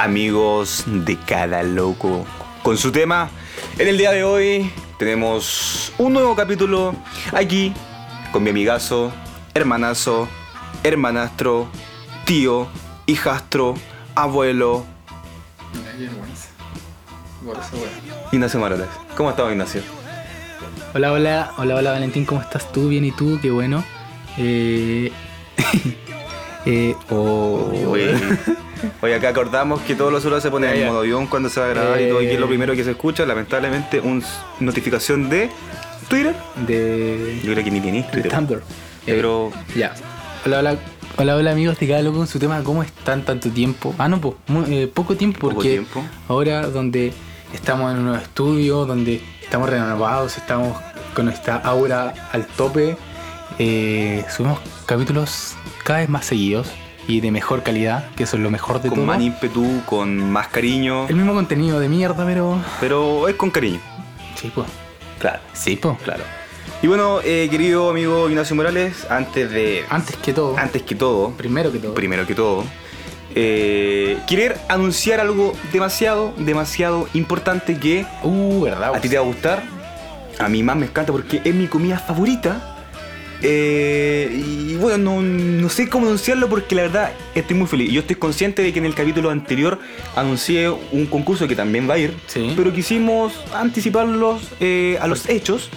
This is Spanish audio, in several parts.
amigos de Cada Loco con su tema. En el día de hoy tenemos un nuevo capítulo aquí con mi amigazo, hermanazo, hermanastro, tío, hijastro, abuelo, Ignacio Morales. ¿Cómo estás, Ignacio? Hola Valentín, ¿cómo estás tú? Bien, ¿y tú? Qué bueno. Oye, acá acordamos que todos los celulares se ponen en modo avión cuando se va a grabar y todo, y que es lo primero que se escucha, lamentablemente, una notificación de Twitter. Yo creo que ni tenéis Twitter. Tumblr. Pero ya. Hola amigos de Cada Loco con su tema. ¿Cómo están tanto tiempo? Poco tiempo, porque ahora donde estamos en un nuevo estudio, donde estamos renovados, estamos con esta aura al tope, subimos capítulos cada vez más seguidos y de mejor calidad, que eso es lo mejor de todo. Con más ímpetu, con más cariño. El mismo contenido de mierda, pero es con cariño. Sí, pues. Claro. Sí, pues. Claro. Y bueno, querido amigo Ignacio Morales, Antes que todo, primero que todo, querer anunciar algo demasiado importante que ¿verdad? A ti te va a gustar, a mí más me encanta porque es mi comida favorita. Y bueno, no sé cómo anunciarlo porque la verdad estoy muy feliz. Yo estoy consciente de que en el capítulo anterior anuncié un concurso que también va a ir, sí, pero quisimos anticiparlos a los hechos.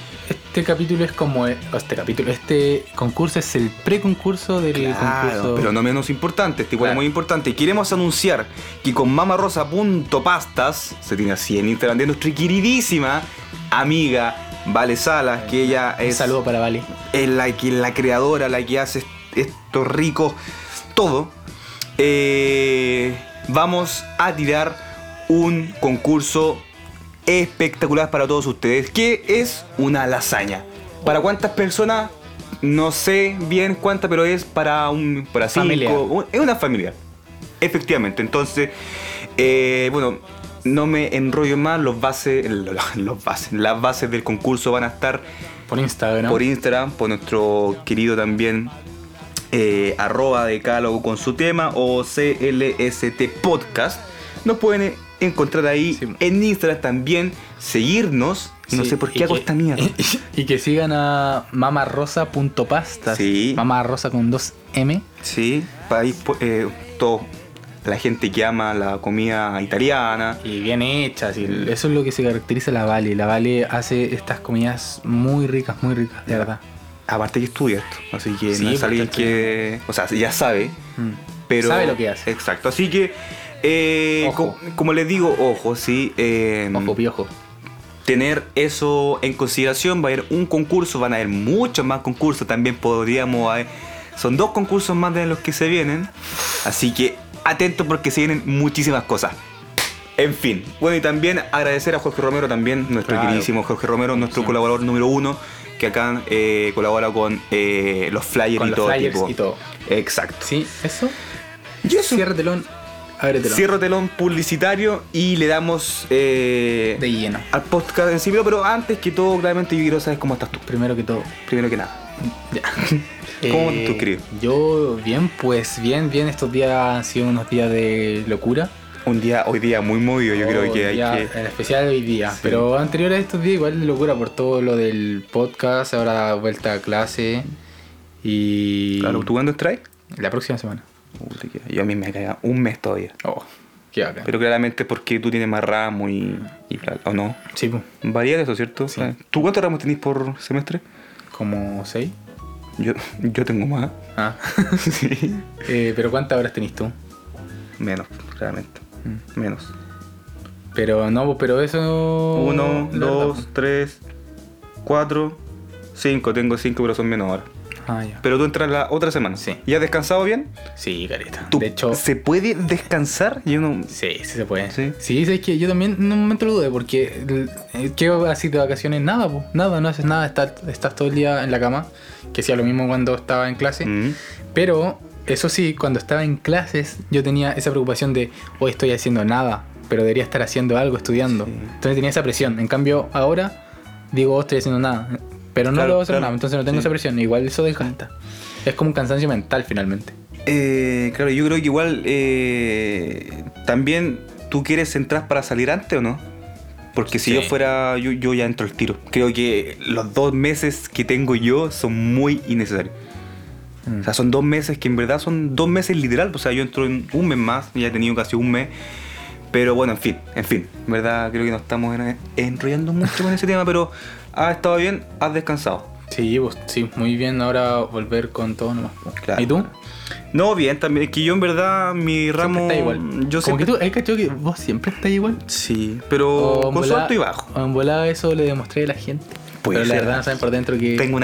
Este concurso es el preconcurso del concurso. Pero no menos importante, igual es muy importante. Queremos anunciar que con mamarrosa.pastas, se tiene así en Instagram, de nuestra queridísima amiga Vale Salas, que ella es... Un saludo para Vale. Es la creadora, la que hace esto rico, todo. Vamos a tirar un concurso espectacular para todos ustedes, que es una lasaña. ¿Para cuántas personas? No sé bien cuántas, pero es para cinco. Es una familia, efectivamente. Entonces, bueno, no me enrollo más. Las bases del concurso van a estar por Instagram, por nuestro querido también arroba de Cada Loco con su tema o CLST Podcast. Nos pueden encontrar ahí, sí, en Instagram también, seguirnos. Sí, no sé por qué hago esta mierda. Y que sigan a mamarrosa.pastas. Sí. Mamarrosa con 2M. Sí, para ahí todo. La gente que ama la comida italiana. Y bien hecha, sí. Eso es lo que se caracteriza a la Vale. La Vale hace estas comidas muy ricas, de verdad. Aparte que estudia esto, así que sí, no es alguien que... O sea, ya sabe, pero... Sabe lo que hace. Exacto, así que... como les digo, ojo, sí. Ojo, piojo. Tener eso en consideración. Va a haber un concurso, van a haber muchos más concursos. También podríamos haber... Son 2 concursos más de los que se vienen. Así que atentos porque se vienen muchísimas cosas. En fin. Bueno, y también agradecer a Jorge Romero también, nuestro queridísimo Jorge Romero, nuestro colaborador número 1, que acá colabora con los flyers con y los todo flyers tipo. Y todo. Exacto. Sí, eso. Cierre telón. Cierro telón publicitario y le damos de lleno al podcast en sí, pero antes que todo, claramente yo quiero saber cómo estás tú. Primero que nada. Ya. ¿Cómo tú, querido? Yo bien, pues bien. Estos días han sido unos días de locura. Hoy día muy movido, yo creo que hay que... En especial hoy día, sí. Pero anterior a estos días igual de locura por todo lo del podcast, ahora vuelta a clase y... Claro, ¿tú cuándo entras? La próxima semana. Yo a mí me queda un mes todavía. Qué bacán. Pero claramente es porque tú tienes más ramos y ¿o no? Sí, pues. Varía de eso, ¿cierto? Sí. ¿Tú cuántos ramos tenés por semestre? Como 6. Yo tengo más. Sí. ¿Pero cuántas horas tenés tú? Menos, realmente. Menos. Pero no, pero eso... 1, 2, 3, 4, 5. Tengo 5, pero son menos horas. Ya. Pero tú entras la otra semana. Sí. ¿Y has descansado bien? Sí, careta. De hecho, ¿se puede descansar? Yo no... Sí se puede. Sí, es que yo también en un momento lo dudé porque ¿qué así de vacaciones? Nada, pues. Nada, no haces nada, estás todo el día en la cama, que hacía lo mismo cuando estaba en clase. Pero eso sí, cuando estaba en clases yo tenía esa preocupación de hoy estoy haciendo nada, pero debería estar haciendo algo, estudiando. Sí. Entonces tenía esa presión. En cambio ahora digo estoy haciendo nada, pero no debo hacer nada, entonces no tengo esa presión. Igual eso desgasta. Es como un cansancio mental finalmente. Claro, yo creo que igual también, ¿tú quieres entrar para salir antes o no? Porque si Sí. yo fuera, yo ya entro al tiro. Creo que los 2 meses que tengo yo son muy innecesarios. O sea, son 2 meses que en verdad son 2 meses literal. O sea, yo entro en un mes más, ya he tenido casi un mes. Pero bueno, en fin. En verdad creo que nos estamos enrollando mucho con ese tema, pero has estado bien, has descansado. Sí, pues, sí, muy bien. Ahora volver con todo nomás. Po. Claro. ¿Y tú? No, bien, también. Es que yo en verdad, mi ramo... Siempre estás igual. Yo Como siempre... que tú, ¿has cachado que vos siempre estás igual? Sí, pero en con volada- alto y bajo. o en volada eso le demostré a la gente. Puede pero la ser. verdad no saben por dentro que... Tengo una...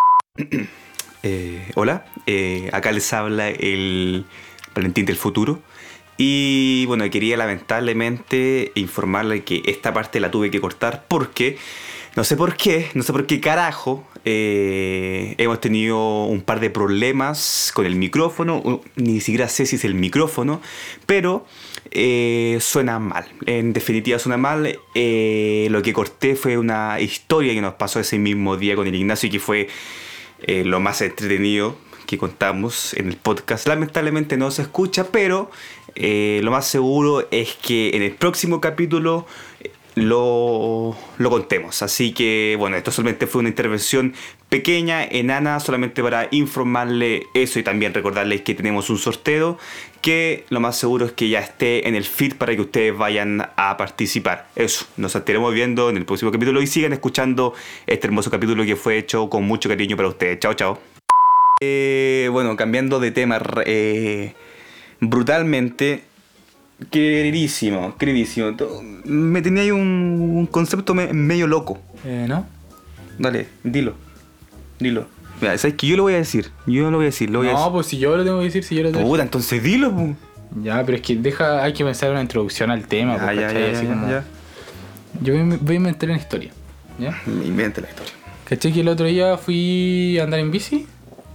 hola, acá les habla el Valentín del futuro. Y bueno, quería lamentablemente informarle que esta parte la tuve que cortar porque no sé por qué carajo hemos tenido un par de problemas con el micrófono. Ni siquiera sé si es el micrófono, pero suena mal. En definitiva suena mal. Lo que corté fue una historia que nos pasó ese mismo día con el Ignacio y que fue lo más entretenido que contamos en el podcast. Lamentablemente no se escucha, pero lo más seguro es que en el próximo capítulo lo contemos. Así que bueno, esto solamente fue una intervención pequeña, enana, solamente para informarle eso y también recordarles que tenemos un sorteo que lo más seguro es que ya esté en el feed para que ustedes vayan a participar. Eso, nos estaremos viendo en el próximo capítulo y sigan escuchando este hermoso capítulo que fue hecho con mucho cariño para ustedes. Chao, chao. Bueno, cambiando de tema brutalmente, queridísimo, me tenía ahí un concepto medio loco. ¿No? Dale, dilo. Mira, ¿sabes qué? Yo lo voy a decir. No, pues si yo lo tengo que decir, si yo lo tengo que Puta, entonces dilo, pu. decir. Ya, pero es que hay que pensar una introducción al tema. pues, ¿cachai? Así como- ya. Yo voy a inventar una historia. ¿Ya? Inventa la historia. ¿Cachai? Que el otro día fui a andar en bici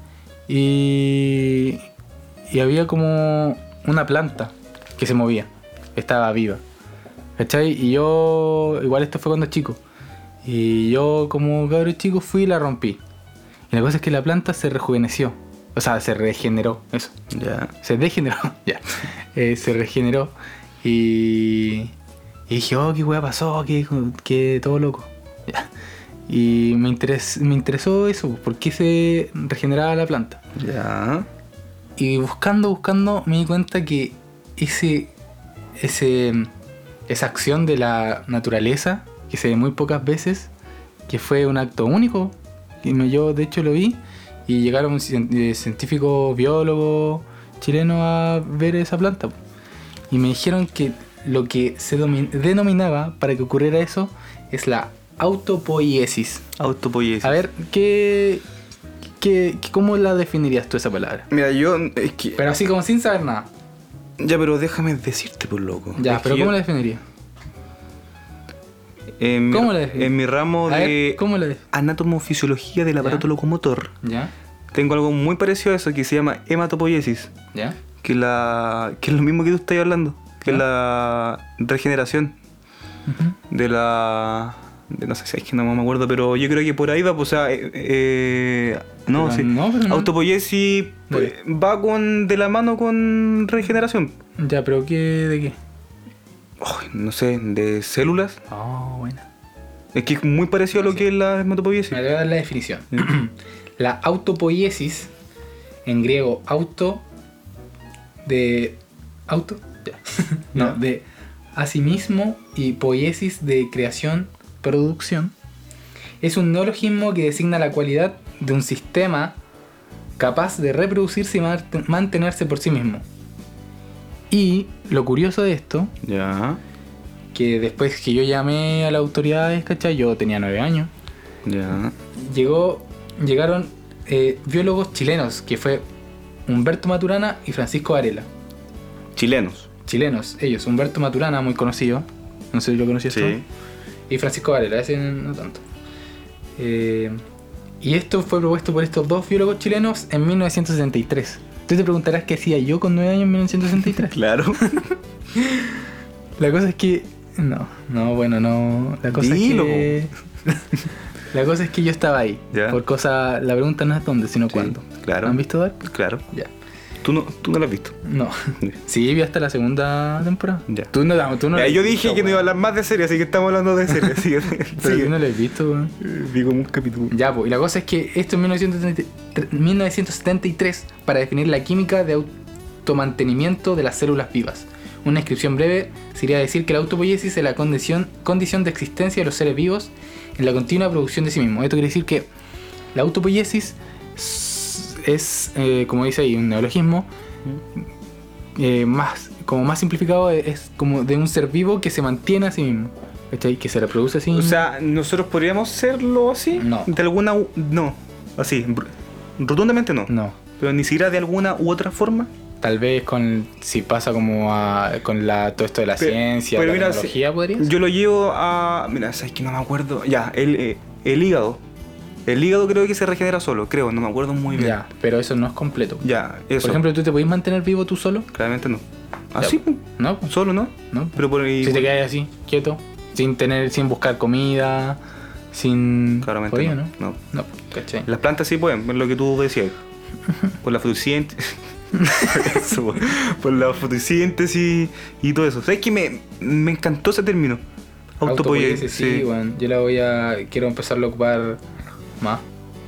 y había como una planta que se movía, estaba viva. ¿Cachai? Y yo, igual esto fue cuando chico, y yo como cabro chico fui y la rompí. Y la cosa es que la planta se rejuveneció, o sea, se regeneró, eso. Ya. Se degeneró, ya. Se regeneró y dije, oh, qué weá pasó, que todo loco. Ya. Y me interesó eso, por qué se regeneraba la planta. Ya. Y buscando, me di cuenta que esa acción de la naturaleza, que se ve muy pocas veces, que fue un acto único, y yo de hecho lo vi, y llegaron científicos, biólogos chilenos a ver esa planta. Y me dijeron que lo que se denominaba para que ocurriera eso es la autopoiesis. Autopoiesis. A ver, ¿cómo la definirías tú esa palabra? Mira, yo es que Pero así como sin saber nada. ya, pero déjame decirte, por loco. Ya, Es pero que ¿cómo yo- la definirías? ¿Cómo la definirías? En mi ramo A ver, de ¿cómo la definirías? anatomofisiología del aparato Ya. locomotor, ¿Ya? tengo algo muy parecido a eso que se llama hematopoiesis, ¿Ya? que es lo mismo que tú estás hablando, que es ¿Ya? la regeneración Ujú. no sé si es que no me acuerdo, pero yo creo que por ahí va, pues, o sea, no, Pero sí. no, pero no. Autopoiesis pues, va de la mano con regeneración. Ya, pero ¿de qué? Ay, no sé, de células. Oh, buena. Es que es muy parecido a lo que es la hematopoiesis. Me voy a dar la definición. La autopoiesis, en griego auto, auto, ya. No, Ya. de asimismo y poiesis de creación, producción, es un neologismo que designa la cualidad de un sistema capaz de reproducirse y mantenerse por sí mismo. Y lo curioso de esto, Ya, que después que yo llamé a las autoridades, ¿cachai? Yo tenía 9 años. ya. Llegaron biólogos chilenos, que fue Humberto Maturana y Francisco Varela. Chilenos. Chilenos, ellos. Humberto Maturana, muy conocido. No sé si lo conocías tú. Sí. Y Francisco Varela, ese no tanto. Y esto fue propuesto por estos dos biólogos chilenos en 1963. Tú te preguntarás qué hacía yo con 9 años en 1963. Claro. La cosa es que... No. La cosa Dilo, es que... La cosa es que yo estaba ahí. Ya. Por cosa... La pregunta no es dónde, sino Sí, cuándo. claro. ¿Han visto Dark? Claro. Ya. ¿Tú no lo has visto? No. Sí, vi hasta la segunda temporada. Ya. Tú no Yo dije que no iba a hablar más de series, así que estamos hablando de series. Así que, Pero tú no lo has visto, weón. Vi como un capítulo. Ya, pues, y la cosa es que esto en 1973 para definir la química de automantenimiento de las células vivas. Una descripción breve sería decir que la autopoiesis es la condición de existencia de los seres vivos en la continua producción de sí mismos. Esto quiere decir que la autopoiesis es, como dice ahí, un neologismo, más simplificado, es como de un ser vivo que se mantiene a sí mismo, ¿cachai? Que se reproduce así. O sea, ¿nosotros podríamos serlo así? No. De alguna... No. Así. Rotundamente no. No. Pero ni siquiera de alguna u otra forma. Tal vez si pasa como con todo esto de la ciencia, pero la mira, tecnología, ¿podrías? Yo lo llevo a... Mira, sabes que no me acuerdo. Ya, el hígado. El hígado creo que se regenera solo, creo, no me acuerdo muy bien. Ya, pero eso no es completo. Ya, eso. Por ejemplo, ¿tú te podés mantener vivo tú solo? Claramente no. Ya, ¿Así? ¿no? ¿Solo no? ¿No? Pero por ahí... Si te quedas así, quieto, sin buscar comida, sin... Claramente ¿Podía, no. no? No, ¿cachai? Las plantas sí pueden, es lo que tú decías. Por la fotosíntesis. Eso, por la fotosíntesis y todo eso. ¿Sabes que me encantó ese término? Autopoiesis, sí, bueno, yo quiero empezarlo a ocupar más.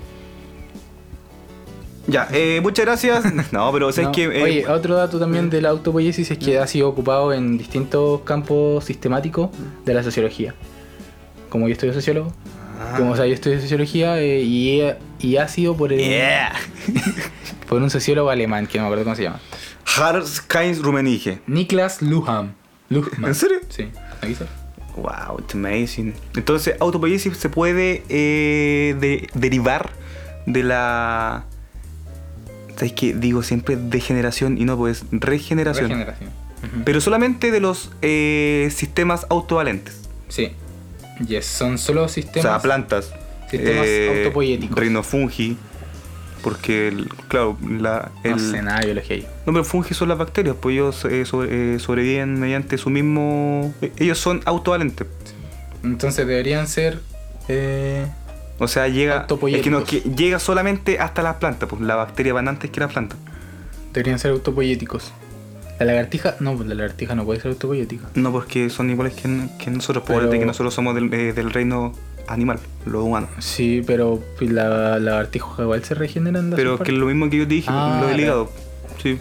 Ya, muchas gracias. No, pero ¿sabes que oye, otro dato también de la autopoiesis es que ha sido ocupado en distintos campos sistemáticos de la sociología. Como yo estudio sociólogo, yo estudio sociología y ha sido por por un sociólogo alemán, que no me acuerdo cómo se llama. Hans Rummenigge. Niklas Luhmann. ¿En serio? Sí, aquí está. Wow, it's amazing. Entonces, autopoiesis se puede derivar de la... ¿Sabes qué? Digo siempre degeneración y no, pues regeneración. Uh-huh. Pero solamente de los sistemas autovalentes. Sí. Yes, son solo sistemas... O sea, plantas. Sistemas autopoiéticos. Reino fungi. Porque, claro, no sé nada de biología yo. No, pero fungi son las bacterias, pues ellos sobreviven mediante su mismo... Ellos son autovalentes. Entonces deberían ser... O sea, llega autopoiéticos. Llega solamente hasta las plantas, pues la bacteria van antes que la planta. Deberían ser autopoiéticos. La lagartija... No, pues la lagartija no puede ser autopoiética. No, porque son iguales que nosotros, pero... que nosotros somos del reino animal, los humanos. Sí, pero la lagartija igual se regeneran. Pero que es lo mismo que yo te dije, lo del hígado. Sí.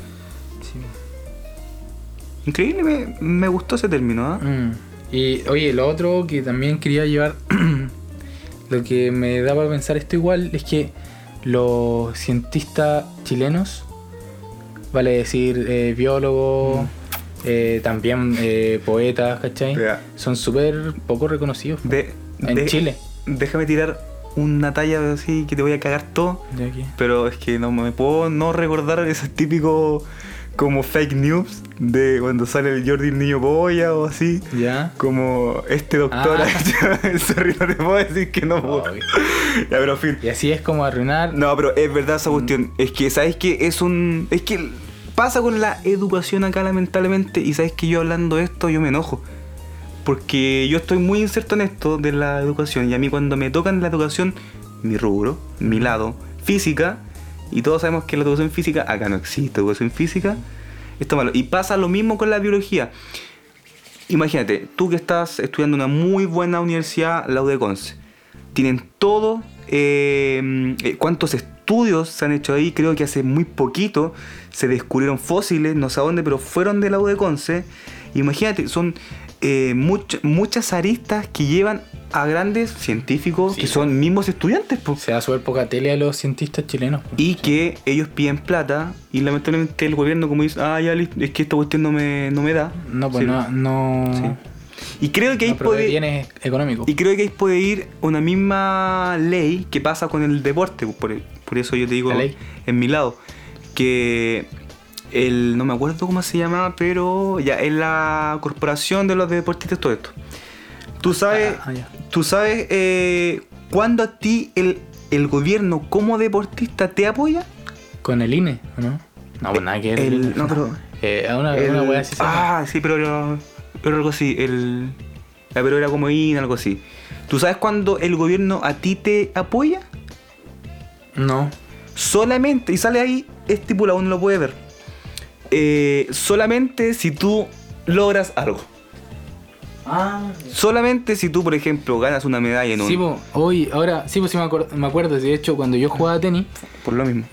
Increíble, me gustó ese término, ¿eh? Y oye, lo otro que también quería llevar, lo que me daba a pensar esto igual, es que los cientistas chilenos, vale decir biólogos, también poetas, ¿cachai? Son súper poco reconocidos en Chile. Déjame tirar una talla así que te voy a cagar todo. ¿De qué? Pero es que no me puedo no recordar esos típicos como fake news de cuando sale el Jordi el niño polla o así. Ya. Como este doctor. Sorry, no te puedo decir que no puedo. Ya, pero en fin. Y así es como arruinar. No, pero es verdad esa cuestión. Es que, ¿sabes qué? Es que pasa con la educación acá, lamentablemente. Y ¿sabes que yo hablando de esto, yo me enojo? Porque yo estoy muy inserto en esto de la educación. Y a mí cuando me tocan la educación, mi rubro, mi lado, física, y todos sabemos que la educación física, acá no existe educación física, esto es malo. Y pasa lo mismo con la biología. Imagínate, tú que estás estudiando en una muy buena universidad, la UdeConce. Tienen todo, cuántos estudios se han hecho ahí. Creo que hace muy poquito se descubrieron fósiles, no sé a dónde, pero fueron de la UdeConce. Imagínate, son... muchas aristas que llevan a grandes científicos que son mismos estudiantes, po. Se da súper poca tele a los cientistas chilenos, po. Y que ellos piden plata y lamentablemente el gobierno como dice, ya listo, es que esta cuestión no me da. No, pues sí. no. Sí. Y creo que ahí puede bienes económicos. Y creo que ahí puede ir una misma ley que pasa con el deporte, por eso yo te digo en mi lado que no me acuerdo cómo se llama, pero ya es la corporación de los deportistas, todo esto. Tú sabes cuándo a ti el gobierno como deportista te apoya. Con el INE, ¿o no? No, pues nada que ver. No, pero una wea así. Sí, pero era algo así. Pero era como INE, algo así. ¿Tú sabes cuándo el gobierno a ti te apoya? No. Solamente, y sale ahí estipulado, uno lo puede ver. solamente si tú logras algo. Solamente si tú, por ejemplo, ganas una medalla en un... Sí, pues, hoy, ahora, sí, pues sí me acuerdo. De hecho, cuando yo jugaba tenis... Por lo mismo.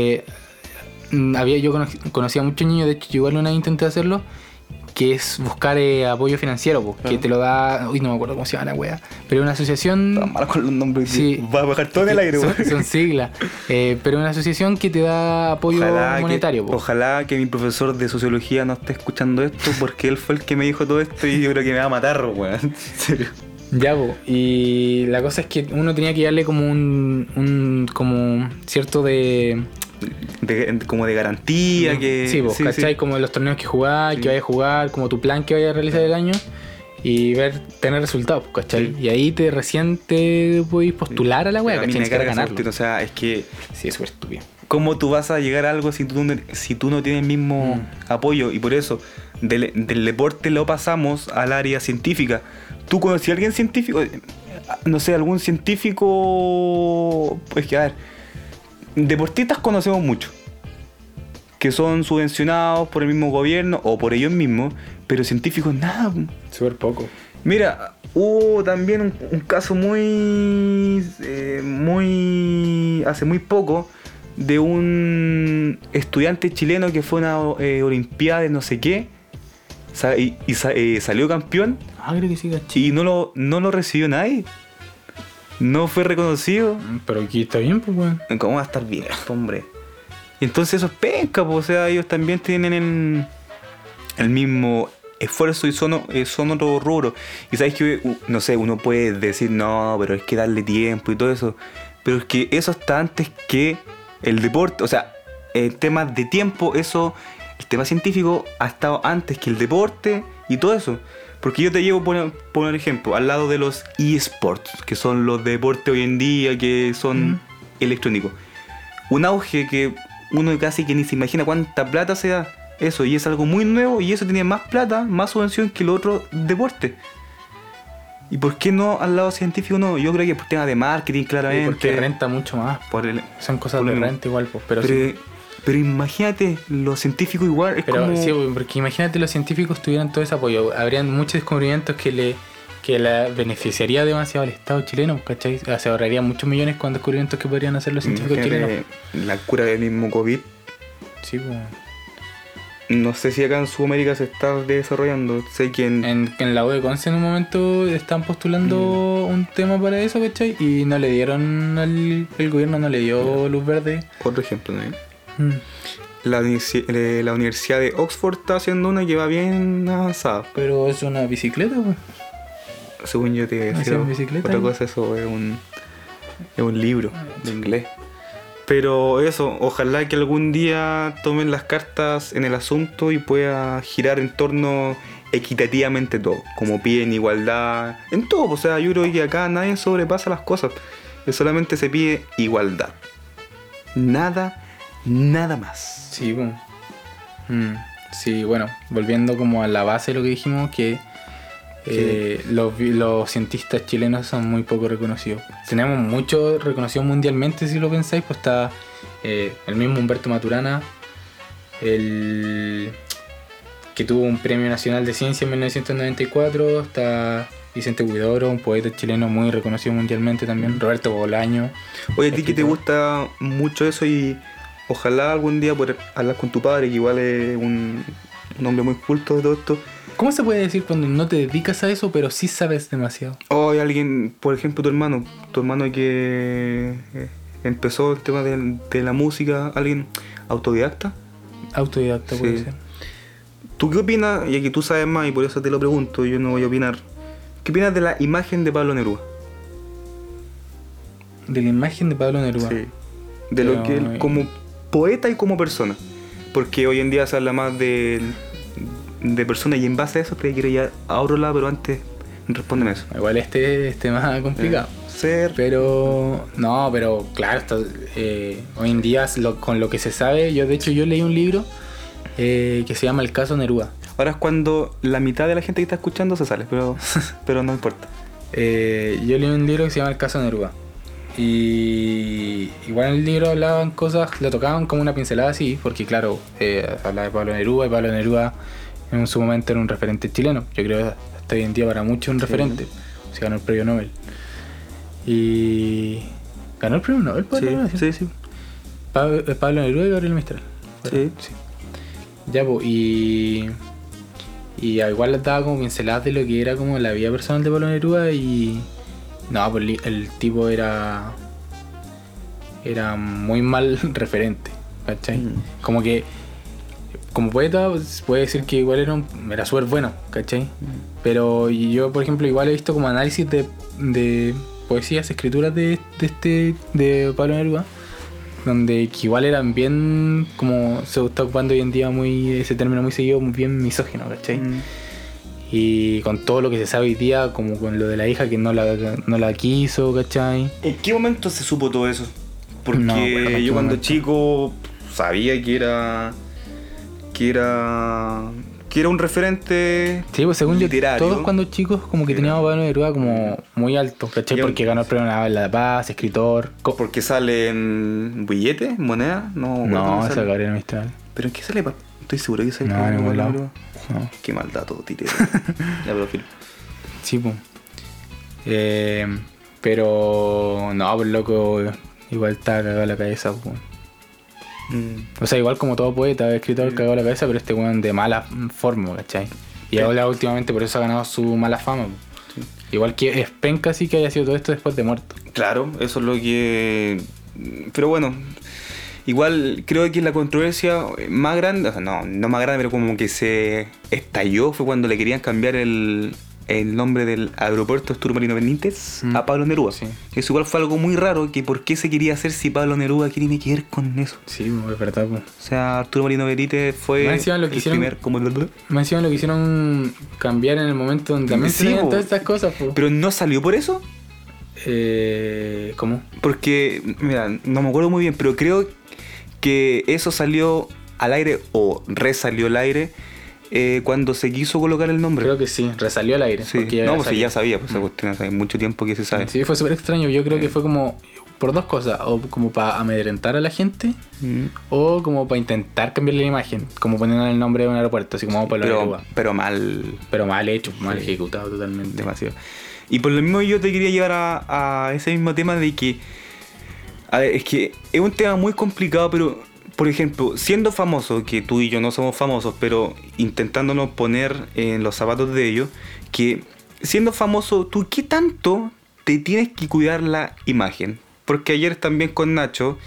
Yo conocía a muchos niños, de hecho, yo igual una vez intenté hacerlo, que es buscar apoyo financiero, pues, que te lo da... Uy, no me acuerdo cómo se llama la wea. Pero una asociación... Está mal con los nombres. Sí, va a bajar todo en el aire, son siglas. Pero una asociación que te da apoyo monetario. Ojalá que mi profesor de sociología no esté escuchando esto, porque él fue el que me dijo todo esto y yo creo que me va a matar, weón. En serio. Ya, po. Y la cosa es que uno tenía que darle como un como cierto como de garantía, que... Sí, vos, ¿cachai? Sí. Como los torneos que jugás, que vayas a jugar, como tu plan que vayas a realizar el año y tener resultados, ¿cachai? Sí. Y ahí recién te podés postular a la wea, ¿cachai? Para ganarlo. O sea, es que... Sí, es súper estúpido. ¿Cómo tú vas a llegar a algo si tú no tienes el mismo apoyo? Y por eso, del deporte lo pasamos al área científica. ¿Tú conoces a alguien científico? No sé, algún científico... Pues que, a ver... Deportistas conocemos mucho, que son subvencionados por el mismo gobierno o por ellos mismos, pero científicos nada. Súper poco. Mira, hubo también un caso hace muy poco de un estudiante chileno que fue a una olimpiada de no sé qué y salió campeón. Creo que sí, y no lo recibió nadie. No fue reconocido. Pero aquí está bien, pues, weón. ¿Cómo va a estar bien, hombre? Y entonces eso es penca, pues, o sea, ellos también tienen el mismo esfuerzo y son otro rubro. Y sabes que, no sé, uno puede decir, no, pero es que darle tiempo y todo eso. Pero es que eso está antes que el deporte. O sea, el tema de tiempo, el tema científico ha estado antes que el deporte y todo eso. Porque yo te llevo, por ejemplo, al lado de los eSports, que son los deportes hoy en día, que son electrónicos. Un auge que uno casi que ni se imagina cuánta plata se da. Eso, y es algo muy nuevo, y eso tiene más plata, más subvención que el otro deporte. ¿Y por qué no al lado científico no? Yo creo que por tema de marketing, claramente. Porque renta mucho más. Son cosas de renta igual, pues. Pero imagínate, los científicos igual Sí, porque imagínate los científicos tuvieran todo ese apoyo. Habrían muchos descubrimientos que le beneficiaría demasiado al Estado chileno, ¿cachai? Se ahorrarían muchos millones con descubrimientos que podrían hacer los científicos chilenos. La cura del mismo COVID. Sí, pues. No sé si acá en Sudamérica se está desarrollando. Sé que en la U de Conce en un momento están postulando un tema para eso, ¿cachai? Y no le dieron el gobierno no le dio luz verde. Otro ejemplo, ¿no? La Universidad de Oxford está haciendo una que va bien avanzada. Pero es una bicicleta, pues. Según yo te decía, otra cosa, eso es un libro de inglés. Pero eso, ojalá que algún día tomen las cartas en el asunto y pueda girar en torno equitativamente todo, como piden igualdad, en todo. O sea, yo creo que acá nadie sobrepasa las cosas, solamente se pide igualdad. Nada más. Sí, bueno. Sí, bueno, volviendo como a la base de lo que dijimos, que los cientistas chilenos son muy poco reconocidos. Tenemos mucho reconocido mundialmente, si lo pensáis, pues está el mismo Humberto Maturana, que tuvo un premio nacional de ciencia en 1994, está Vicente Huidobro, un poeta chileno muy reconocido mundialmente también, Roberto Bolaño. Oye, a ti que te gusta mucho eso y ojalá algún día poder hablar con tu padre, que igual es un hombre muy culto de todo esto. ¿Cómo se puede decir cuando no te dedicas a eso, pero sí sabes demasiado? O hay alguien, por ejemplo, tu hermano que empezó el tema de la música, alguien autodidacta. Autodidacta, sí. Puede ser. ¿Tú qué opinas? Y aquí tú sabes más y por eso te lo pregunto, yo no voy a opinar. ¿Qué opinas de la imagen de Pablo Neruda? ¿De la imagen de Pablo Neruda? Sí. De lo que él, como poeta y como persona. Porque hoy en día se habla más de personas y en base a eso te quiero ir a otro lado, pero antes respóndeme eso. Igual este más complicado. Pero claro, hoy en día con lo que se sabe, yo leí un libro que se llama El caso Neruda. Ahora es cuando la mitad de la gente que está escuchando se sale, pero no importa. Yo leí un libro que se llama El caso Neruda. Y igual en el libro hablaban cosas, lo tocaban como una pincelada así, porque claro, hablaba de Pablo Neruda, y Pablo Neruda en su momento era un referente chileno. Yo creo que hasta hoy en día para muchos un referente. Se ganó el premio Nobel. Y... ¿Ganó el premio Nobel Pablo Neruda? Sí. Pablo Neruda y Gabriel Mistral. Sí. Ya, pues, y igual les daba como pinceladas de lo que era como la vida personal de Pablo Neruda y... No, pues el tipo era muy mal referente, ¿cachai? Como que como poeta puede decir que igual era súper bueno, ¿cachai? Pero yo, por ejemplo, igual he visto como análisis de poesías, escrituras de Pablo Neruda, donde que igual eran bien, como se está ocupando hoy en día muy ese término muy seguido, muy bien misógino, ¿cachai? Y con todo lo que se sabe hoy día, como con lo de la hija que no la quiso, ¿cachai? ¿En qué momento se supo todo eso? Porque No, bueno, yo cuando momento. chico sabía que era un referente Sí, pues según literario. yo, todos cuando chicos como que teníamos a Pablo Neruda como muy alto, ¿cachai? Porque ganó el premio Nobel de la Paz, escritor. Porque sale en billetes, moneda, No, esa sale. Gabriel Mistral. ¿Pero en qué sale? Estoy seguro que sale. No, en ningún lado. Neruda. No. Qué maldad todo, tiré. Ya, pero filo. Sí, pues. Pero no, pues loco, igual está cagado la cabeza, pues. O sea, igual como todo poeta, escritor cagado la cabeza, pero este weón de mala forma, ¿cachai? Y ahora últimamente por eso ha ganado su mala fama, pues. Igual que es penca sí que haya sido todo esto después de muerto. Claro, eso es lo que... Pero bueno, igual creo que la controversia más grande, o sea, no más grande, pero como que se estalló fue cuando le querían cambiar el nombre del aeropuerto Arturo Marino Benítez a Pablo Neruda. Sí. Eso igual fue algo muy raro, que por qué se quería hacer si Pablo Neruda tiene que ver con eso. Sí, pues, es verdad, pues. O sea, Arturo Marino Benítez fue Más encima lo que el hicieron- primer... Como Más encima lo quisieron cambiar en el momento donde también Sí, se veían po. todas estas cosas, pues. Pero no salió por eso. ¿Cómo? Porque, mira, no me acuerdo muy bien, pero creo que eso salió al aire o resalió al aire cuando se quiso colocar el nombre. Creo que sí, resalió al aire. Sí. porque No, pues sí, salió. ya sabía, pues esa cuestión hace mucho tiempo que se sabe. Sí, fue súper extraño. Yo creo que fue como por dos cosas. O como para amedrentar a la gente, o como para intentar cambiarle la imagen. Como poniendo el nombre de un aeropuerto, así como Pablo Neruda. Pero mal, Pero mal hecho, mal ejecutado totalmente. demasiado. Y por lo mismo yo te quería llevar a ese mismo tema de que... A ver, es que es un tema muy complicado, pero... Por ejemplo, siendo famoso, que tú y yo no somos famosos, pero intentándonos poner en los zapatos de ellos, que siendo famoso, ¿tú qué tanto te tienes que cuidar la imagen? Porque ayer también con Nacho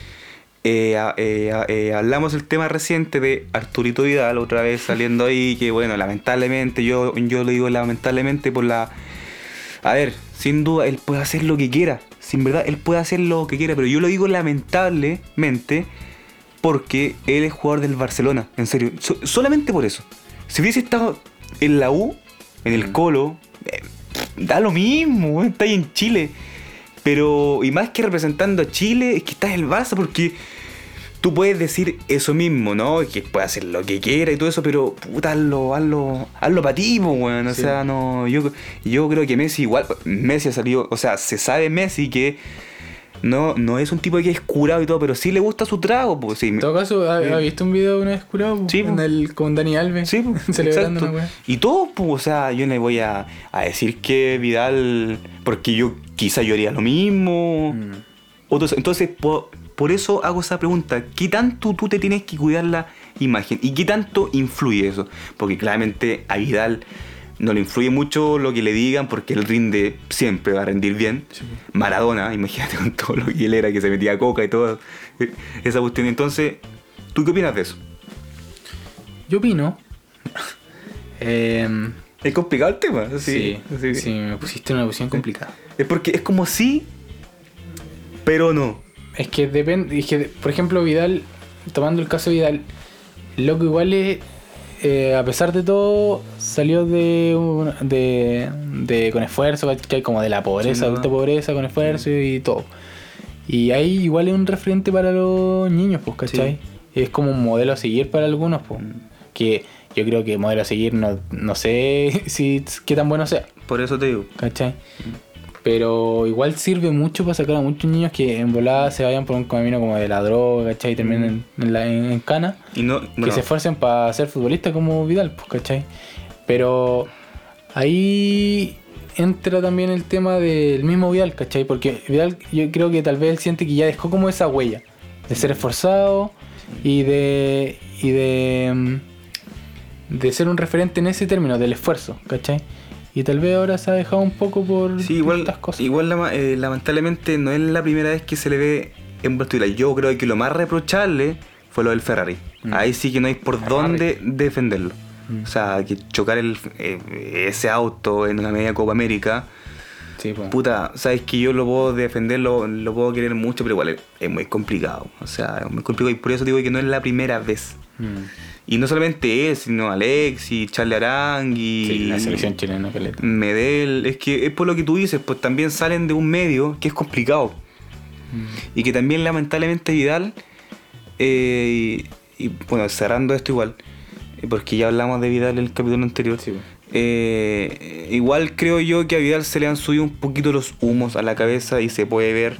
hablamos del tema reciente de Arturito Vidal, otra vez saliendo ahí, que bueno, lamentablemente, yo lo digo lamentablemente por la... A ver, sin duda, él puede hacer lo que quiera, sin verdad, él puede hacer lo que quiera, pero yo lo digo lamentablemente porque él es jugador del Barcelona, en serio, solamente por eso. Si hubiese estado en la U, en el Colo, da lo mismo, está ahí en Chile. Pero, y más que representando a Chile, es que está en el Barça, porque tú puedes decir eso mismo, ¿no? Que puede hacer lo que quiera y todo eso, pero puta, hazlo para ti, pues, weón. O sea, no, yo creo que Messi igual, Messi ha salido, o sea, se sabe Messi que no es un tipo que es curado y todo, pero sí le gusta su trago, pues sí. En todo caso, ¿has visto un video de una vez curado? Sí, con Dani Alves. Sí, pues, celebrando exacto. una wea. Y todo, pues, o sea, yo no le voy a decir que Vidal, porque yo quizá yo haría lo mismo. Entonces, por eso hago esa pregunta. ¿Qué tanto tú te tienes que cuidar la imagen? ¿Y qué tanto influye eso? Porque claramente a Vidal no le influye mucho lo que le digan, porque él rinde, siempre va a rendir bien. Sí. Maradona, imagínate con todo lo que él era, que se metía coca y todo. Esa cuestión. Entonces, ¿tú qué opinas de eso? Yo opino. Es complicado el tema. Sí, me pusiste en una posición complicada. Es porque es como sí, pero no. Es que depende. Es que, por ejemplo, Vidal, tomando el caso de Vidal, loco igual es. A pesar de todo, salió de con esfuerzo, ¿cachai? Como de la pobreza, Sí, adulta pobreza, con esfuerzo y todo. Y ahí igual es un referente para los niños, pues, ¿cachai? Sí. Es como un modelo a seguir para algunos, pues. Que yo creo que modelo a seguir no sé qué tan bueno sea. Por eso te digo. ¿Cachai? Pero igual sirve mucho para sacar a muchos niños que en volada se vayan por un camino como de la droga, ¿cachai? Y terminen en cana. Y no, Que se esfuercen para ser futbolistas como Vidal, pues, ¿cachai? Pero ahí entra también el tema del mismo Vidal, ¿cachai? Porque Vidal, yo creo que tal vez él siente que ya dejó como esa huella de ser esforzado y de ser un referente en ese término, del esfuerzo, ¿cachai? Y tal vez ahora se ha dejado un poco por estas cosas. Igual lamentablemente no es la primera vez que se le ve en Portugal. Yo creo que lo más reprochable fue lo del Ferrari. Ahí sí que no hay por dónde defenderlo. O sea, que chocar ese auto en una media Copa América. Sí, pues. Puta, sabes que yo lo puedo defender, lo puedo querer mucho, pero igual es muy complicado. O sea, es muy complicado y por eso digo que no es la primera vez. Y no solamente él, sino Alexis, Charles Arangui, sí, la selección chilena, caleta. Medel. Es que es por lo que tú dices, pues también salen de un medio que es complicado. Y que también lamentablemente Vidal, y bueno, cerrando esto igual, porque ya hablamos de Vidal en el capítulo anterior, sí, igual creo yo que a Vidal se le han subido un poquito los humos a la cabeza y se puede ver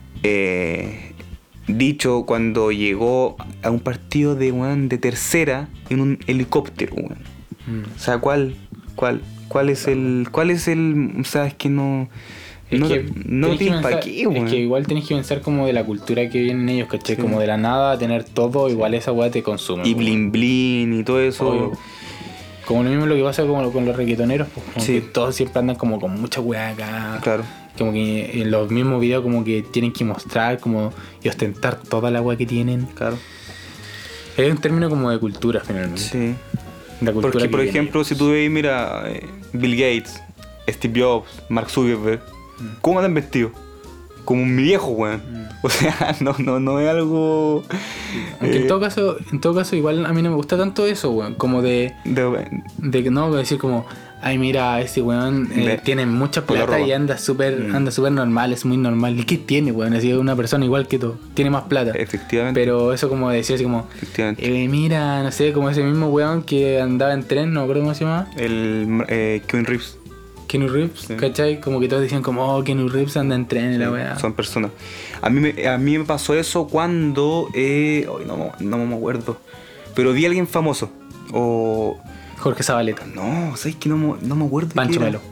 dicho cuando llegó a un partido de tercera en un helicóptero, o sea, ¿cuál es el, o sea, es que no tienes para qué, es que igual tenés que pensar como de la cultura que vienen ellos, ¿cachai? Sí. Como de la nada tener todo, igual esa weá te consume. Y blin blin y todo eso. Obvio. Como lo mismo lo que pasa como con los reggaetoneros, pues, como que todos siempre andan como con mucha weá acá. Claro. Como que en los mismos videos como que tienen que mostrar como y ostentar toda la weá que tienen. Claro. Es un término como de cultura finalmente. Sí. La cultura. Porque por ejemplo, si tú ves, mira, Bill Gates, Steve Jobs, Mark Zuckerberg, ¿cómo andan vestidos? Como un viejo, weón. O sea, no es algo. Aunque en todo caso, igual a mí no me gusta tanto eso, weón. Como de no decir como, ay, mira, ese weón tiene mucha plata y anda súper normal, es muy normal. ¿Y qué tiene, weón? Así una persona igual que tú, tiene más plata. Efectivamente. Pero eso como decir así como, mira, no sé, como ese mismo weón que andaba en tren, no me acuerdo cómo se llamaba. El Keanu Reeves. Keanu Reeves, sí. ¿Cachai? Como que todos decían como, oh, Keanu Reeves anda en tren y la weá. Son personas. A mí me pasó eso cuando, no me acuerdo, pero vi a alguien famoso. O Jorge Zabaleta. No, ¿sabes que no me acuerdo? Pancho Melo.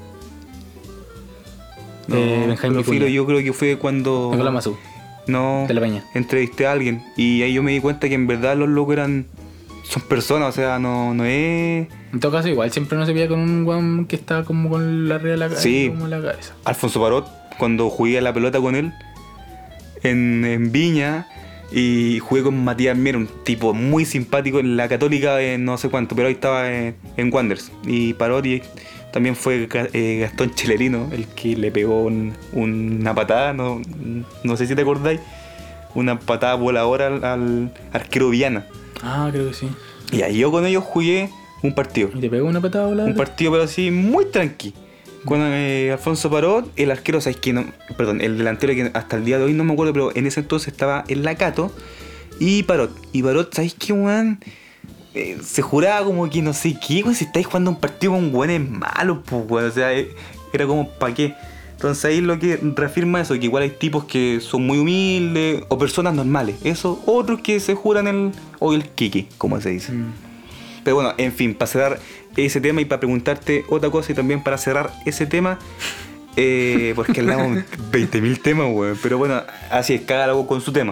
Benjamín Filo, yo creo que fue cuando... Nicolás Mazú. No, de la Peña. Entrevisté a alguien y ahí yo me di cuenta que en verdad los locos son personas, o sea, no es... En todo caso, igual siempre no se veía con un guan que estaba como con la red de la cabeza. Sí, como la cabeza. Alfonso Parot, cuando jugué a la pelota con él en Viña y jugué con Matías Mier, un tipo muy simpático en la Católica de no sé cuánto, pero ahí estaba en Wanderers. Y Parot también fue Gastón Chelerino, el que le pegó una patada, no sé si te acordáis, una patada voladora al arquero Viana. Ah, creo que sí. Y ahí yo con ellos jugué un partido. ¿Y te pegó una patada voladora? Un partido, pero así, muy tranqui. Con Alfonso Parot, el arquero, ¿sabes qué? El delantero que hasta el día de hoy no me acuerdo, pero en ese entonces estaba en la Cato. Y Parot, ¿sabes qué, weón? Se juraba como que no sé qué, weón, si estáis jugando un partido con weones malos, pues, weón. O sea, era como, ¿para qué? Entonces ahí lo que reafirma eso, que igual hay tipos que son muy humildes o personas normales. Eso, otros que se juran el kiki, como se dice. Pero bueno, en fin, para cerrar ese tema y para preguntarte otra cosa y también para cerrar ese tema, porque hablamos 20.000 temas, weón. Pero bueno, así es, cada algo con su tema.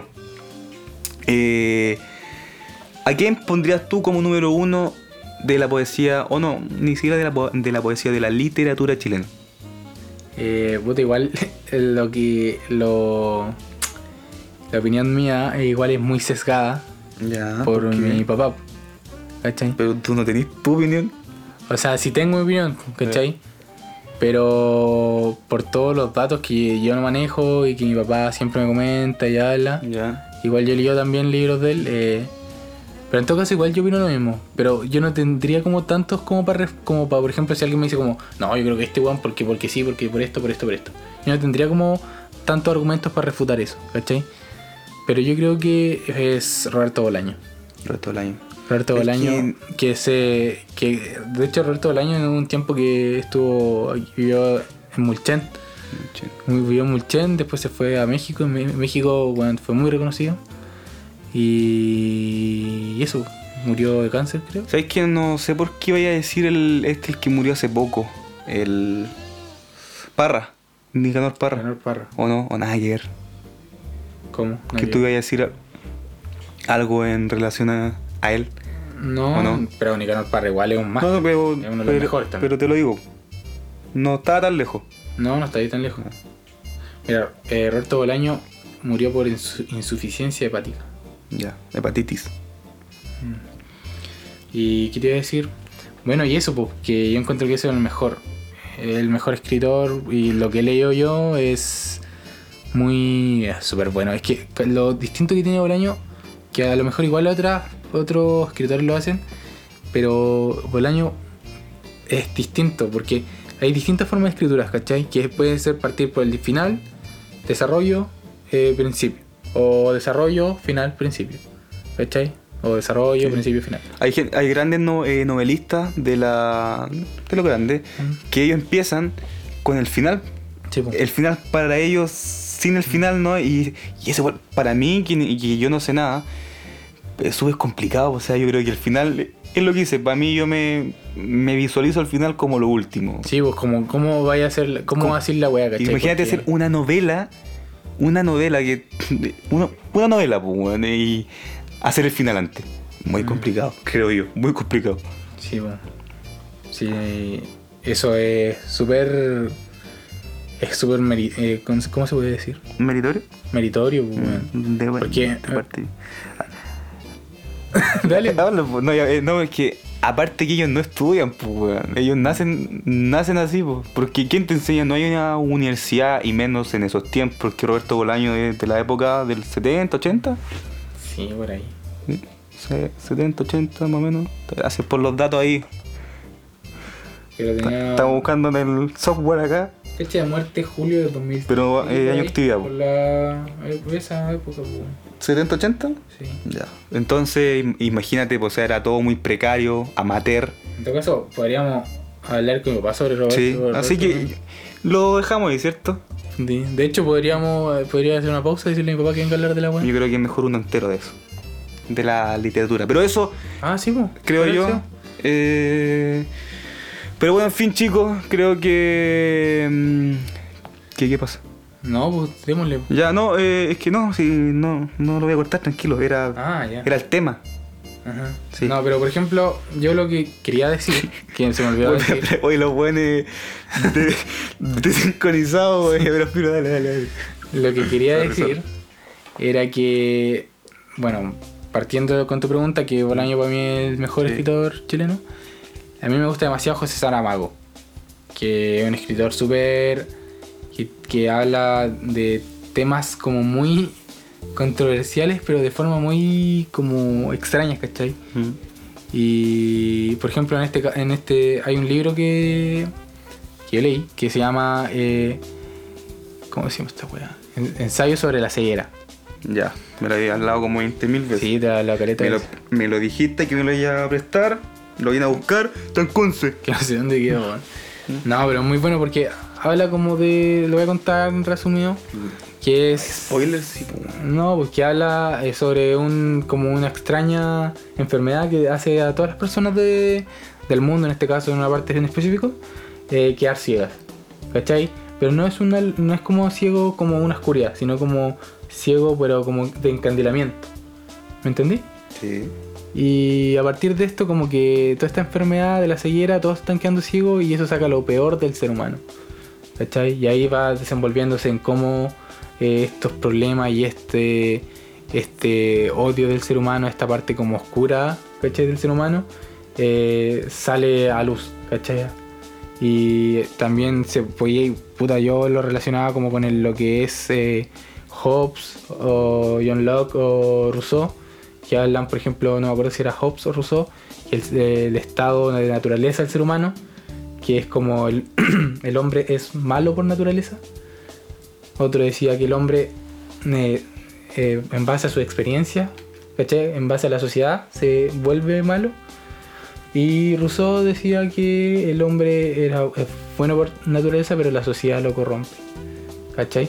¿A quién pondrías tú como número uno de la poesía, o no, ni siquiera de la poesía, de la literatura chilena? Puta, igual la opinión mía igual es muy sesgada por mi papá, ¿cachai? Pero tú no tenés tu opinión. O sea, sí tengo mi opinión, ¿cachai? Pero por todos los datos que yo no manejo y que mi papá siempre me comenta y habla, igual yo leo también libros de él, pero en todo caso igual yo opino lo mismo. Pero yo no tendría como tantos como para por ejemplo, si alguien me dice como, no, yo creo que este weón porque sí, porque por esto. Yo no tendría como tantos argumentos para refutar eso, ¿cachai? Pero yo creo que es Roberto Bolaño. Roberto Bolaño, que de hecho Roberto Bolaño en un tiempo que vivió en Mulchen, Vivió en Mulchen, después se fue a México. En México, bueno, fue muy reconocido. Y eso, murió de cáncer, creo. ¿Sabes que no sé por qué vaya a decir el que murió hace poco? El Parra, Nicanor Parra. Nicanor Parra. ¿O no? ¿O nada que ver? ¿Cómo? Que tú ibas a decir algo en relación a él. No, no, pero Nicanor Parra igual es un máster. No, pero, es uno de los mejores también. Pero te lo digo, no estaba tan lejos. No está ahí tan lejos. Mira, Roberto Bolaño murió por insuficiencia hepática. Ya, hepatitis. ¿Y qué te iba a decir? Bueno, y eso, pues, que yo encuentro que ese es el mejor. El mejor escritor, y lo que he leído yo es muy súper bueno. Es que lo distinto que tiene Bolaño, que a lo mejor igual otros escritores lo hacen, pero Bolaño es distinto porque hay distintas formas de escrituras, ¿cachai? Que puede ser partir por el final, desarrollo, principio, o desarrollo, final, principio, ¿cachai? O desarrollo, sí. Principio, final. Hay grandes novelistas de lo grande que ellos empiezan con el final. Sí, pues. El final para ellos, sin el final, ¿no? Y eso para mí, que yo no sé nada, es súper complicado. O sea, yo creo que el final es lo que hice. Para mí, yo me visualizo al final como lo último. Sí, pues cómo vaya a ser, cómo va a ser la weá, ¿cachai? Imagínate hacer una novela que. Una novela, pues, y hacer el final antes. Muy complicado, creo yo. Muy complicado. Sí, bueno. Sí, eso es súper. Es súper ¿cómo se puede decir? ¿Meritorio? Meritorio, porque dale. No, es que aparte que ellos no estudian, pues, ellos nacen así, pues. Porque ¿quién te enseña? No hay una universidad, y menos en esos tiempos, porque Roberto Bolaño es de la época del 70, 80. Sí, por ahí. ¿Sí? 70, 80 más o menos. Gracias por los datos ahí. Estamos buscando en el software acá. Fecha de muerte julio de 2000. Pero año actividad. Por esa época, pues. ¿70, 80? Sí. Ya. Entonces, imagínate, pues era todo muy precario, amateur. En todo caso, podríamos hablar con mi papá sobre Roberto. Sí, así que lo dejamos ahí, ¿cierto? De hecho, podría hacer una pausa y decirle a mi papá que venga a hablar de la web. Yo creo que es mejor uno entero de eso. De la literatura. Pero eso, sí, pues. creo yo. Pero bueno, en fin, chicos, creo que... ¿Qué pasa? No, pues démosle. Ya, no, es que no, si no lo voy a cortar, tranquilo, era el tema. Ajá. Sí. No, pero por ejemplo, yo lo que quería decir, que se me olvidó decir. Oye, los buenos desincronizados, pero dale. Lo que quería decir era que, bueno, partiendo con tu pregunta, que Bolaño para mí es el mejor escritor chileno, a mí me gusta demasiado José Saramago, que es un escritor súper... que habla de temas como muy controversiales, pero de forma muy como extrañas, ¿cachai? Y por ejemplo en este hay un libro que yo leí que se llama ¿cómo se llama esta weá? Ensayo sobre la ceguera. Ya, me lo había hablado como 20.000 veces. Sí, te la caleta. Me lo dijiste que me lo iba a prestar, lo vine a buscar, está en Conce. Que no sé dónde quedó, weón. No, pero es muy bueno porque habla como de... Lo voy a contar en resumido. Que es... Spoilers, sí. No, pues que habla sobre como una extraña enfermedad que hace a todas las personas del mundo, en este caso en una parte en específico, quedar ciegas. ¿Cachai? Pero no es como ciego como una oscuridad, sino como ciego pero como de encandilamiento. ¿Me entendí? Sí. Y a partir de esto, como que toda esta enfermedad de la ceguera, todos están quedando ciegos y eso saca lo peor del ser humano. ¿Cachai? Y ahí va desenvolviéndose en cómo estos problemas y este odio del ser humano, esta parte como oscura, ¿cachai? Del ser humano, sale a luz, ¿cachai? Y también yo lo relacionaba como con lo que es Hobbes o John Locke o Rousseau, que hablan, por ejemplo, no me acuerdo si era Hobbes o Rousseau, el estado de naturaleza del ser humano, que es como el hombre es malo por naturaleza. Otro decía que el hombre, en base a su experiencia, ¿cachai? En base a la sociedad, se vuelve malo. Y Rousseau decía que el hombre bueno por naturaleza, pero la sociedad lo corrompe. ¿Cachai?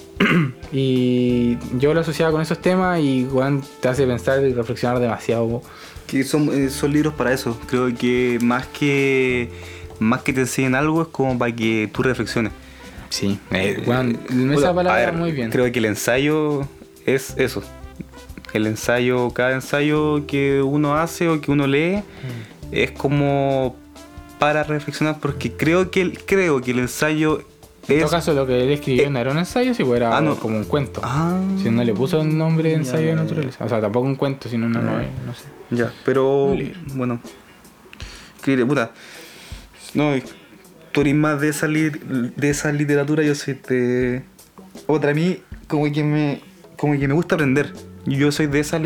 Y yo lo asociaba con esos temas y weón, te hace pensar y reflexionar demasiado. Po. Que son libros para eso. Creo que más que te enseñen algo es como para que tú reflexiones. Sí, weón, esa palabra muy bien. Creo que el ensayo es eso. El ensayo, cada ensayo que uno hace o que uno lee es como para reflexionar, porque creo que el ensayo en todo caso, lo que él escribió no era un ensayo, si era como un cuento. Si no le puso el nombre de ensayo de naturaleza. O sea, tampoco un cuento, sino una novela, no sé. Ya, pero bueno. Puta. No, tú eres más de esa literatura, yo soy de otra. A mí, como que me gusta aprender. Yo soy de esa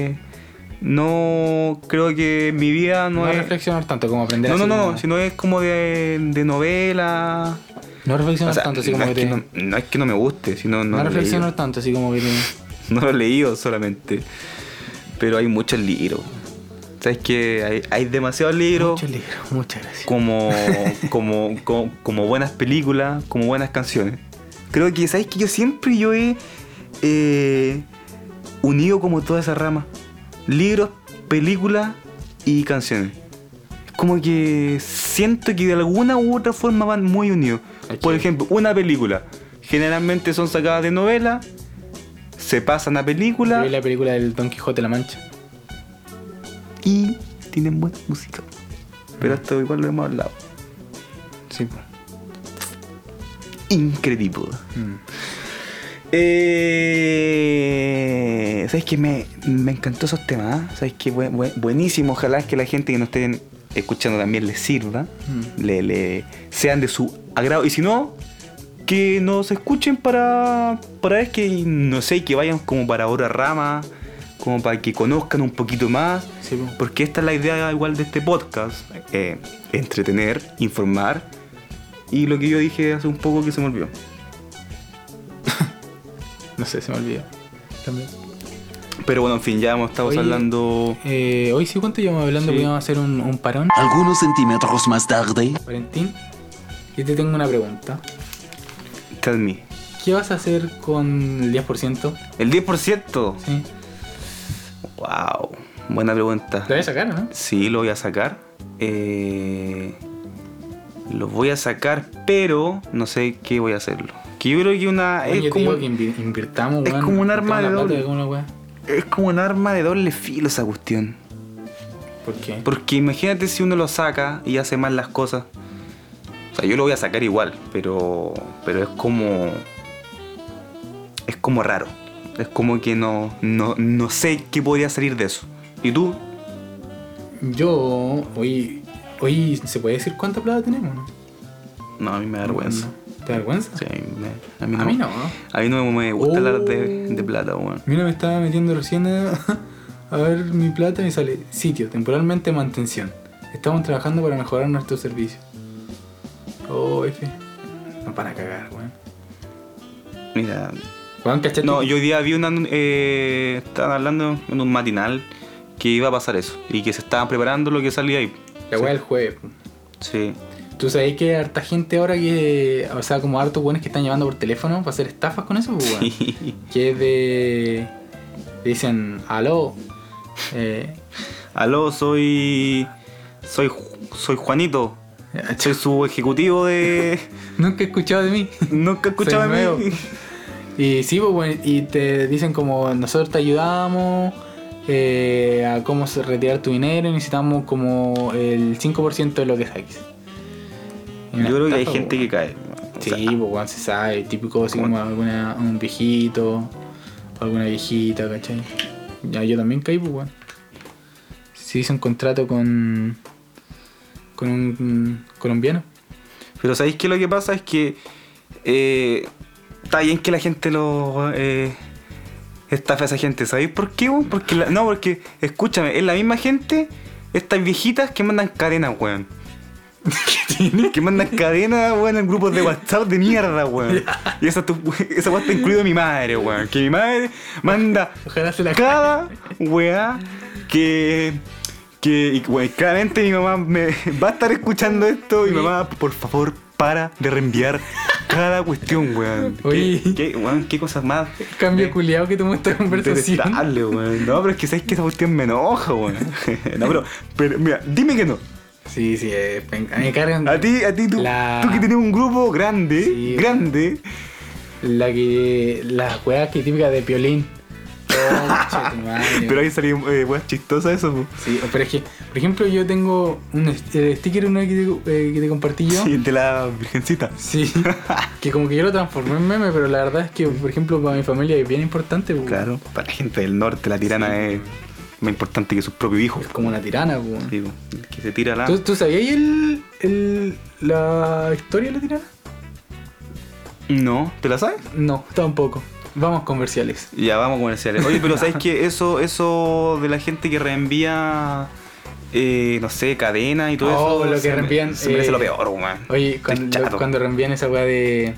no creo que mi vida no es reflexionar tanto como aprender. No, sino es como de novela. No reflexionar tanto así como que no es que no me guste, sino no reflexionar tanto así como que no lo he leído solamente. Pero hay muchos libros. ¿Sabes que hay demasiados libros? Muchos libros, muchas gracias. Como buenas películas, como buenas canciones. Creo que, ¿sabes que yo he unido como toda esa rama? Libros, películas y canciones. Como que siento que de alguna u otra forma van muy unidos. Por ejemplo, una película. Generalmente son sacadas de novelas, se pasan a película. Yo vi la película del Don Quijote de la Mancha. Y tienen buena música. Pero esto igual lo hemos hablado. Sí, pues. Increíble. ¿Sabes que me encantó esos temas? ¿Sabes que buenísimo? Ojalá que la gente que nos estén escuchando también les sirva, le sean de su agrado. Y si no, que nos escuchen para ver que, no sé, que vayan como para otra rama, como para que conozcan un poquito más. Sí, porque esta es la idea igual de este podcast: entretener, informar. Y lo que yo dije hace un poco que se me olvidó. No sé, se me olvidó también. Pero bueno, en fin, ya hemos estado hablando. Hoy sí, ¿cuánto llevamos hablando? Sí. Podríamos hacer un parón. Algunos centímetros más tarde. Valentín, yo te tengo una pregunta. Tell me. ¿Qué vas a hacer con el 10%? ¿El 10%? Sí. Wow, buena pregunta. ¿Lo voy a sacar, no? Sí, lo voy a sacar. Lo voy a sacar, pero no sé qué voy a hacerlo. Que yo creo que Oye, es como que invirtamos, es como un arma de doble. Plata, es como un arma de doble filo esa cuestión. ¿Por qué? Porque imagínate si uno lo saca y hace mal las cosas. O sea, yo lo voy a sacar igual, pero es como raro. Es como que no sé qué podría salir de eso. ¿Y tú? Yo, hoy ¿se puede decir cuánta plata tenemos, no? No, a mí me da vergüenza. ¿Te da vergüenza? Sí, a mí no. A mí no me gusta hablar de plata, weón. Mira, me estaba metiendo recién a ver mi plata y me sale sitio, temporalmente mantención. Estamos trabajando para mejorar nuestro servicio. Oh, F. No para cagar, weón. Mira. Weón, ¿cachate? No, yo hoy día vi estaban hablando en un matinal que iba a pasar eso. Y que se estaban preparando lo que salía ahí. La weá del jueves. Sí. ¿Tú sabés que hay harta gente ahora que... O sea, como hartos buenos que están llamando por teléfono para hacer estafas con eso, weón? Sí. Que es de... Dicen, aló. Aló, soy Juanito. Soy su ejecutivo de... Nunca he escuchado de mí. Nunca he escuchado de mí. Y sí, pues, bueno, y te dicen como nosotros te ayudamos a cómo retirar tu dinero y necesitamos como el 5% de lo que saques. Yo creo que hay gente que cae. Sí, pues bueno, se sabe, típico así como un viejito o alguna viejita, ¿cachai? Ya, yo también caí, pues bueno. Se hizo un contrato con un colombiano. Pero ¿sabéis qué? Lo que pasa es que está bien que la gente lo estafa a esa gente. ¿Sabéis por qué? Porque, escúchame, es la misma gente, estas viejitas que mandan cadenas, weón. ¿Qué tiene? Que mandan cadenas, weón, en grupos de WhatsApp de mierda, weón. Y esa weá está incluido mi madre, weón. Que mi madre manda cada weá que y, bueno, claramente mi mamá me va a estar escuchando esto. Y mamá, por favor, para de reenviar cada cuestión, weón. Oye. ¿Qué cosas más? Cambio culiado que tomó esta conversación. Detestable, weón. No, pero es que sabes que esa cuestión me enoja, weón. No, pero mira, dime que no. Sí, me cargan. A ti, tú que tienes un grupo grande, Sí, grande. Las weas que típicas de Piolín. Oh, chetumadre. Pero ahí salió weas chistosas eso, po. Sí, pero es que, por ejemplo, yo tengo un sticker una que te compartí yo. Sí, de la virgencita. Sí, que como que yo lo transformé en meme, pero la verdad es que, por ejemplo, para mi familia es bien importante. Pues, Claro, para la gente del norte la tirana es más importante que sus propios hijos. es como una tirana. Pues. Sí, que se tira la... ¿Tú sabías la historia de la tirana? No, ¿te la sabes? No, tampoco. Vamos comerciales. Ya, vamos comerciales. Oye, pero ¿sabes qué? Eso de la gente que reenvía, no sé, cadenas y todo eso... Lo que reenvían... Se merece lo peor, weón. Oye, cuando reenvían esa weá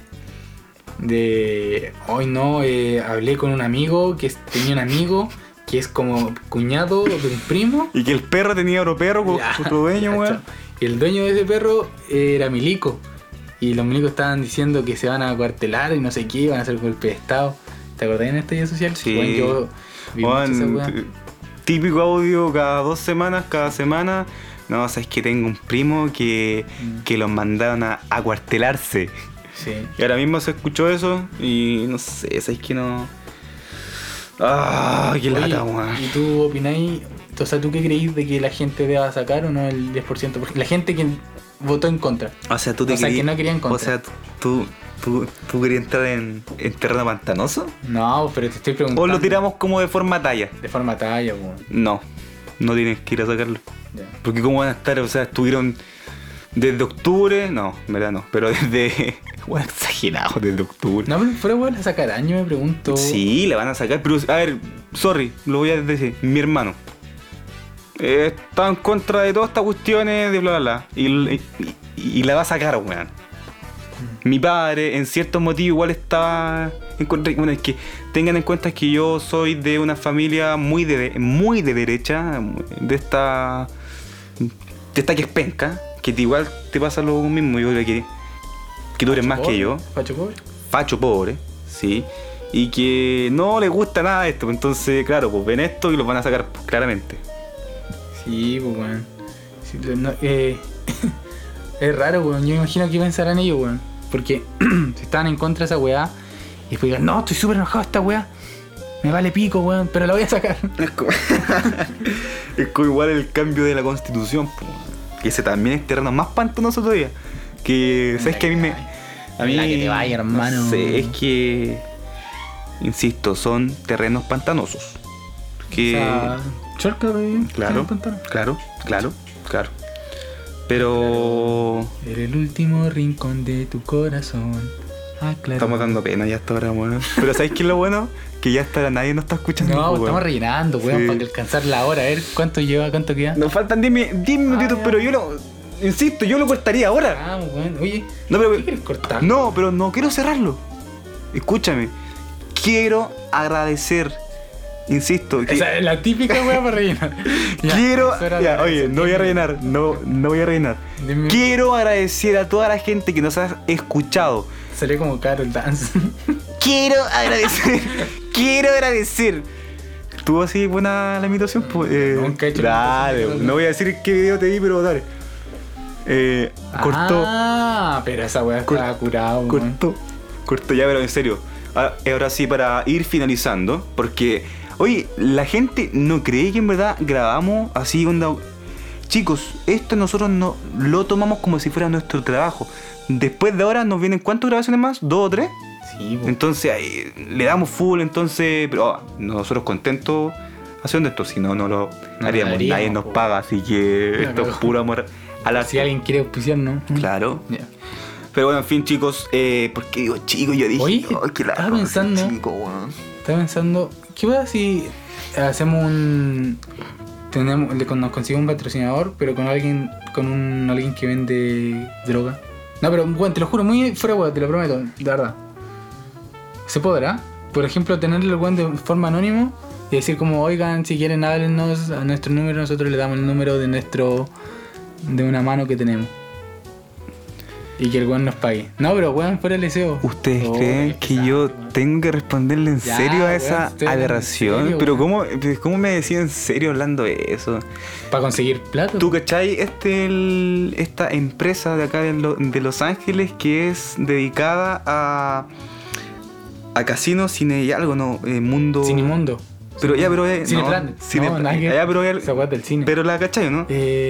hoy no, hablé con un amigo tenía un amigo que es como cuñado de un primo. Y que el perro tenía otro perro con otro dueño, weón. Y el dueño de ese perro era milico. Y los milicos estaban diciendo que se van a acuartelar y no sé qué, van a hacer golpe de estado. ¿Te acordás en esta vida social? Sí. Bueno, yo vi mucho esa weá. Típico audio cada 2 semanas, cada semana. No, sabes que tengo un primo que los mandaron a acuartelarse. Sí. Y ahora mismo se escuchó eso y no sé, sabes que no... Ah, qué Oye, lata, weón. ¿y tú opináis? O sea, ¿tú qué creís de que la gente deba sacar o no el 10%? Porque la gente que votó en contra. O sea, tú que no quería en contra. O sea, tú querías entrar en terreno pantanoso. No, pero te estoy preguntando. ¿O lo tiramos como de forma talla? De forma talla, weón. No tienes que ir a sacarlo. Ya. Porque cómo van a estar, o sea, estuvieron desde octubre, no, en verdad no, pero desde... Bueno, exagerado, desde octubre. No, pero fuera weón, la sacarán, yo me pregunto. Sí, la van a sacar, pero a ver, sorry, lo voy a decir, mi hermano está en contra de todas estas cuestiones de bla bla bla y la va a sacar, weón. Mi padre en ciertos motivos igual está en contra. Bueno, es que tengan en cuenta que yo soy de una familia muy de derecha, de esta que es penca, que igual te pasa lo mismo, yo creo que tú eres más que yo. Facho pobre, sí. Y que no les gusta nada de esto. Entonces, claro, pues ven esto y los van a sacar pues, claramente. Sí, pues weón. Sí, es raro, weón. Yo me imagino que pensarán ellos, weón. Porque si estaban en contra de esa weá y después digan, no, estoy súper enojado de esta weá. Me vale pico, weón, pero la voy a sacar. Es como igual el cambio de la constitución, pues. Que ese también es terreno más pantanoso todavía. Que, ¿sabes que a mí que te vaya, hermano. No sé, es que, insisto, son terrenos pantanosos. Que, o sea, charca de claro, claro. Pero en el último rincón de tu corazón. Claro. Estamos dando pena ya hasta ahora, weón. Pero ¿sabes qué es lo bueno? Que ya hasta ahora nadie nos está escuchando. No, weón. estamos rellenando, weón, Sí. para alcanzar la hora. A ver, ¿cuánto queda? Nos faltan 10 minutitos, pero yo insisto, yo lo cortaría ahora. Ah, weón, oye, No, pero, ¿qué quieres cortar? no, pero no quiero cerrarlo. Escúchame. Quiero agradecer. Insisto. Esa es la típica weá para rellenar. Quiero. eso era Ya, la- oye, no voy a rellenar. No voy a rellenar. Dime. Quiero agradecer a toda la gente que nos ha escuchado. Salió como Carol Dance. Quiero agradecer. ¿Tuvo así buena la imitación? Pues, Nunca he hecho dale, una imitación. no voy a decir qué video te di, pero dale. Cortó. Ah, pero esa weá estaba curado, weón. Cortó ya, pero en serio. Ahora sí, para ir finalizando, porque, oye, la gente no cree que en verdad grabamos así, onda. Chicos, esto nosotros no lo tomamos como si fuera nuestro trabajo. Después de ahora nos vienen ¿cuántas grabaciones más? ¿2 o 3? Sí, po. Entonces ahí, le damos full, entonces, pero nosotros contentos haciendo esto, si no, no lo haríamos. Nadie nos po. paga, así que La esto es cagó. puro amor a la Si alguien quiere auspiciar, ¿no? Claro. Ya. Pero bueno, en fin, chicos, porque digo chico, yo dije, Oye, "Oh, qué estaba lata, pensando- chico, weón". Estaba pensando, ¿qué pasa si hacemos nos conseguimos un patrocinador, pero con alguien que vende droga? No, pero bueno, te lo juro, muy fuera weón, te lo prometo, de verdad. ¿Se podrá? Por ejemplo, tenerle el weón de forma anónima y decir como, oigan, si quieren háblenos a nuestro número, nosotros le damos el número de una mano que tenemos. Y que el weón nos pague. No, pero weón, fuera el deseo. ¿Ustedes creen que yo tengo que responderle en Ya, serio a weón, esa estoy hablando en aberración? serio, Pero weón. ¿cómo me decía en serio hablando de eso? Para conseguir plata. ¿Tú cachai esta empresa de acá de Los Ángeles que es dedicada a casinos, cine y algo, ¿no? Mundo... Cinemundo. Pero ya, pero... Cineplanet. No, nada que- ya, pero... Esa weá del cine. Pero la cachai, ¿no?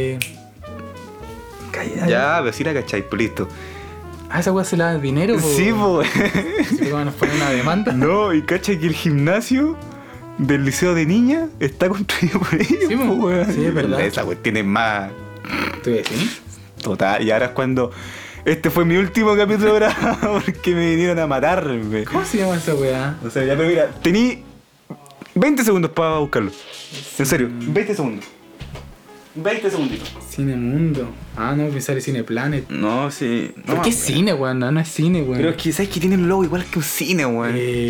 Calla. Pero sí la cachai, pues listo. Esa weá se la da dinero, po. Sí, pues... Sí, weón, nos ponen una demanda. No, y cacha que el gimnasio del liceo de niñas está construido por ellos. Sí, po, po. weón. Sí, es verdad. Esa cuestión es más ¿Tú decís? total. Y ahora es cuando. Este fue mi último capítulo grabado porque me vinieron a matarme. ¿Cómo se llama esa weá? O sea, ya, pero mira, tení 20 segundos para buscarlo. En serio, 20 segundos. 20 segunditos. Cinemundo. Ah, no, me sale Cineplanet. No, sí. ¿Por qué cine, weón? No, no es cine, weón. Pero es que sabes que tiene un logo igual que un cine, weón.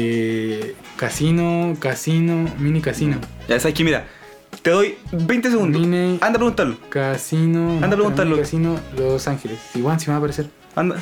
Casino, mini casino. Ya sabes que mira, te doy 20 segundos. Mini- Anda a preguntarlo. Casino. Anda a preguntarlo. Mini Casino Los Ángeles. Igual si me va a aparecer. Anda.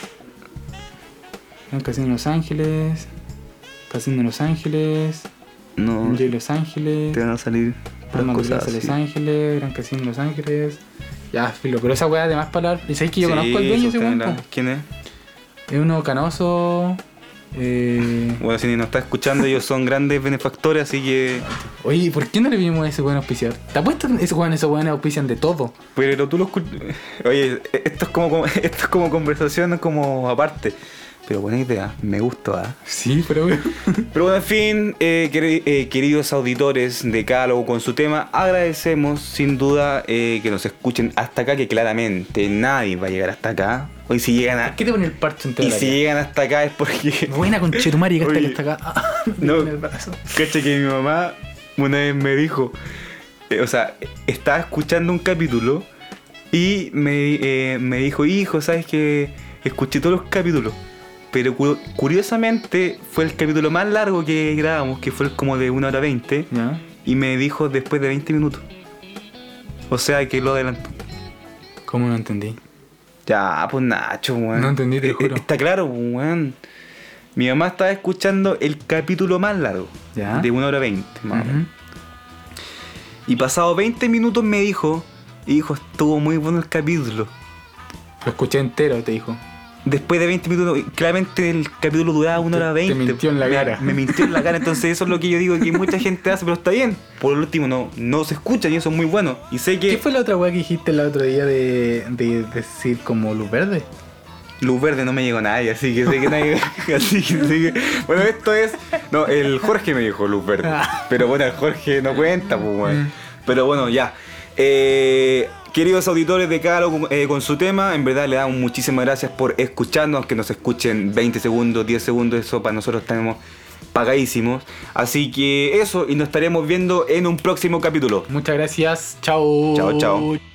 Casino Los Ángeles. Casino Los Ángeles. No, MJ Los Ángeles. te van a salir las Palma de cosas Los así. Ángeles. Gran Casino Los Ángeles. Ya, filo. Pero esa weá de más palabras. ¿Y sabes que yo Sí, conozco al dueño de ese usted weón? la- po? ¿Quién es? Es uno canoso. Bueno, si ni nos está escuchando, ellos son grandes benefactores, así que... Oye, ¿por qué no le vinimos a ese weón a auspiciar? ¿Te apuesto que esos weones auspician de todo? Pero tú lo escuchas... Oye, esto es como conversación como aparte. Pero buena idea, me gustó, ¿ah? Sí, pero weón. Pero bueno, en fin, queridos auditores de Cálogo con su tema, agradecemos sin duda que nos escuchen hasta acá, que claramente nadie va a llegar hasta acá. Hoy si llegan a... ¿Qué te pone el parche entero? Y si llegan hasta acá es porque... Buena con Chetumari que Oye, está acá. No, En el brazo. cacha que mi mamá una vez me dijo, o sea, estaba escuchando un capítulo y me dijo, hijo, ¿sabes que escuché todos los capítulos? Pero curiosamente fue el capítulo más largo que grabamos, que fue como de 1 hora 20, ¿Ya? y me dijo después de 20 minutos. O sea que lo adelantó. ¿Cómo no entendí? Ya, pues Nacho, weón. No entendí, te juro. Está claro, weón. Mi mamá estaba escuchando el capítulo más largo, Ya. de 1 hora 20, más o menos. Ujú. Y pasado 20 minutos me dijo, hijo, estuvo muy bueno el capítulo. Lo escuché entero, te dijo. Después de 20 minutos, claramente el capítulo duraba 1 hora 20. te mintió en la cara. Me mintió en la cara, entonces eso es lo que yo digo que mucha gente hace, pero está bien. Por último, no se escucha y eso es muy bueno. Y sé que ¿Qué fue la otra weá que dijiste el otro día de decir como luz verde? luz verde no me llegó nadie, así que sé que nadie... así que sé que... Bueno, esto es... No, el Jorge me dijo luz verde. Pero bueno, el Jorge no cuenta, pues, bueno. Pero bueno, ya. Queridos auditores de Cálogo con su tema, en verdad le damos muchísimas gracias por escucharnos, aunque nos escuchen 20 segundos, 10 segundos, eso para nosotros tenemos pagadísimos. Así que eso, y nos estaremos viendo en un próximo capítulo. Muchas gracias. Chao. Chao, chao.